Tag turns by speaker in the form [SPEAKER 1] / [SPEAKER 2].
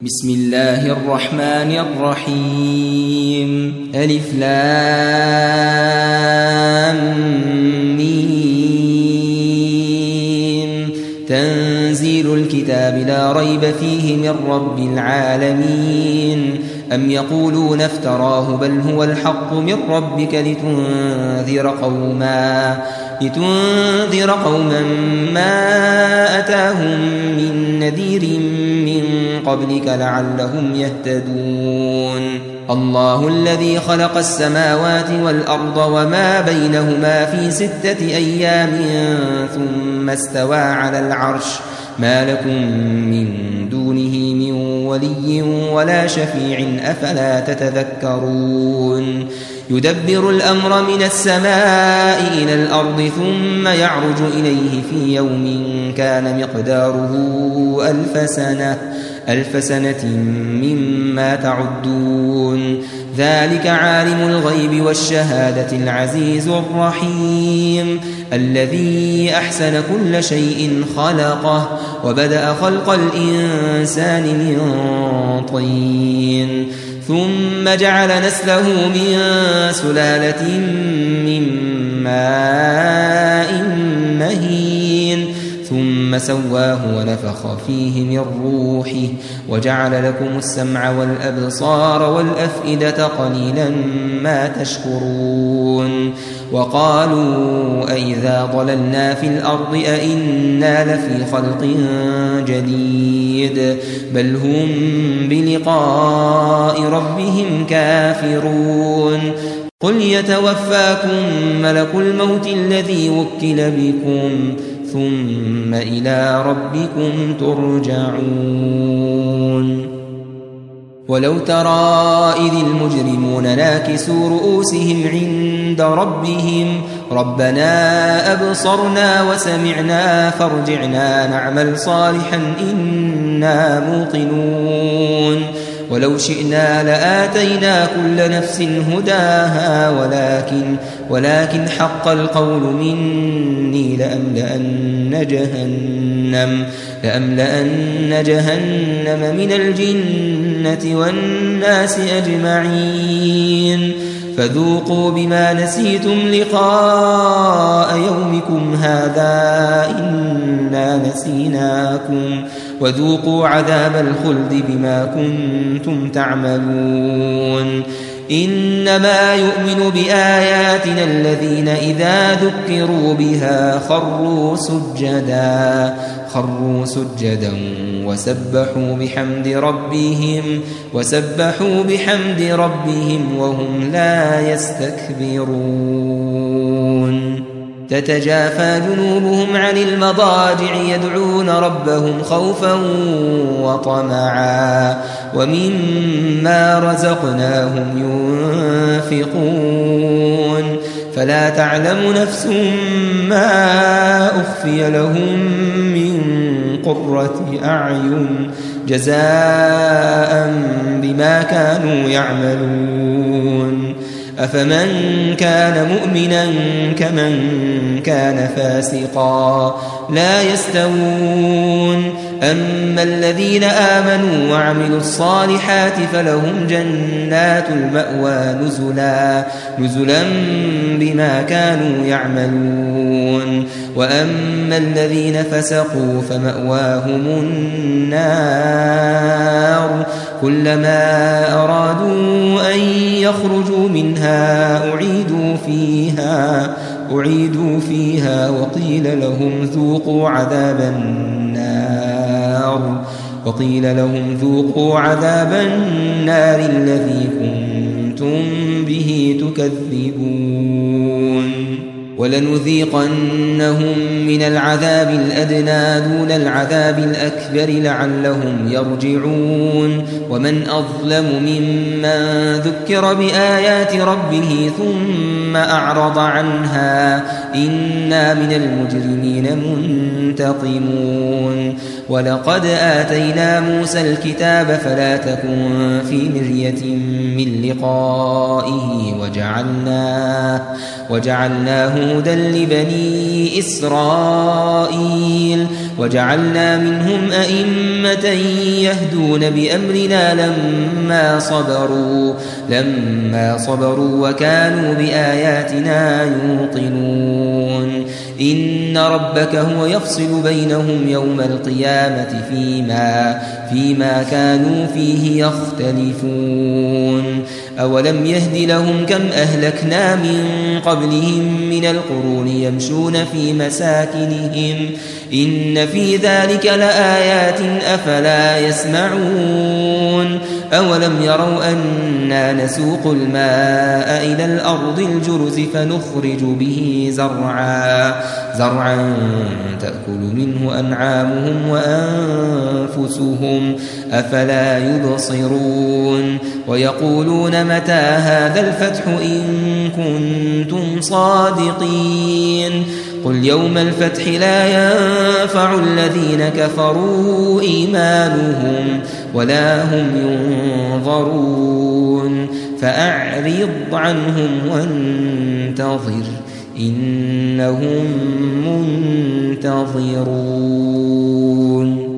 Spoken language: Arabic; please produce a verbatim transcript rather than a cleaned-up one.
[SPEAKER 1] بسم الله الرحمن الرحيم ألف لام ميم تنزيل الكتاب لا ريب فيه من رب العالمين أم يقولون افتراه بل هو الحق من ربك لتنذر قوما لتنذر قوما ما أتاهم من نذير من قبلك لعلهم يهتدون الله الذي خلق السماوات والأرض وما بينهما في ستة أيام ثم استوى على العرش ما لكم من دونه من ولي ولا شفيع أفلا تتذكرون يدبر الأمر من السماء إلى الأرض ثم يعرج إليه في يوم كان مقداره ألف سنة ألف سنة مما تعدون ذلك عالم الغيب والشهادة العزيز الرحيم الذي أحسن كل شيء خلقه وبدأ خلق الإنسان من طين ثم جعل نسله من سلالة من ماء مهين ثم سواه ونفخ فيه من روحه وجعل لكم السمع والأبصار والأفئدة قليلا ما تشكرون وقالوا أئذا ضللنا في الأرض أئنا لفي خلق جديد بل هم بلقاء ربهم كافرون قل يتوفاكم ملك الموت الذي وكل بكم ثم إلى ربكم ترجعون ولو ترى إذ المجرمون ناكسوا رؤوسهم عند ربهم ربنا أبصرنا وسمعنا فارجعنا نعمل صالحا إنا موقنون ولو شئنا لآتينا كل نفس هداها ولكن, ولكن حق القول مني لأملأن جهنم, لأملأن جهنم من الجنة والناس أجمعين فذوقوا بما نسيتم لقاء يومكم هذا إنا نسيناكم وذوقوا عذاب الخلد بما كنتم تعملون إنما يؤمن بآياتنا الذين إذا ذكروا بها خروا سجدا خروا سجدا وسبحوا بحمد ربهم وسبحوا بحمد ربهم وهم لا يستكبرون تتجافى جنوبهم عن المضاجع يدعون ربهم خوفا وطمعا ومما رزقناهم ينفقون فلا تعلم نفس ما أخفي لهم من قرة أعين جزاء بما كانوا يعملون أفمن كان مؤمنا كمن كان فاسقا لا يستوون أما الذين آمنوا وعملوا الصالحات فلهم جنات المأوى نزلا, نزلا بما كانوا يعملون وأما الذين فسقوا فمأواهم النار كلما أرادوا أن يخرجوا منها أعيدوا فيها أعيدوا فيها وقيل لهم ذوقوا عذاب النار وقيل لهم ذوقوا عذاب النار الذي كنتم به تكذبون ولنذيقنهم من العذاب الأدنى دون العذاب الأكبر لعلهم يرجعون ومن أظلم ممن ذكر بآيات ربه ثم أعرض عنها إنا من المجرمين منتقمون ولقد آتينا موسى الكتاب فلا تكن في مرية من لقائه وجعلناه, وجعلناه هدى لبني إسرائيل وجعلنا منهم أئمة يهدون بأمرنا لما صبروا لما صبروا وكانوا بآياتنا يوقنون إن ربك هو يفصل بينهم يوم القيامة فيما فيما كانوا فيه يختلفون أولم يهد لهم كم أهلكنا من قبلهم من القرون يمشون في مساكنهم إن في ذلك لآيات أفلا يسمعون أولم يروا أنا نسوق الماء إلى الأرض الجرز فنخرج به زرعا زرعا تأكل منه أنعامهم وأنفسهم أفلا يبصرون ويقولون متى هذا الفتح إن كنتم صادقين قل يوم الفتح لا ينفع الذين كفروا إيمانهم ولا هم ينظرون فأعرض عنهم وانتظر إنهم منتظرون.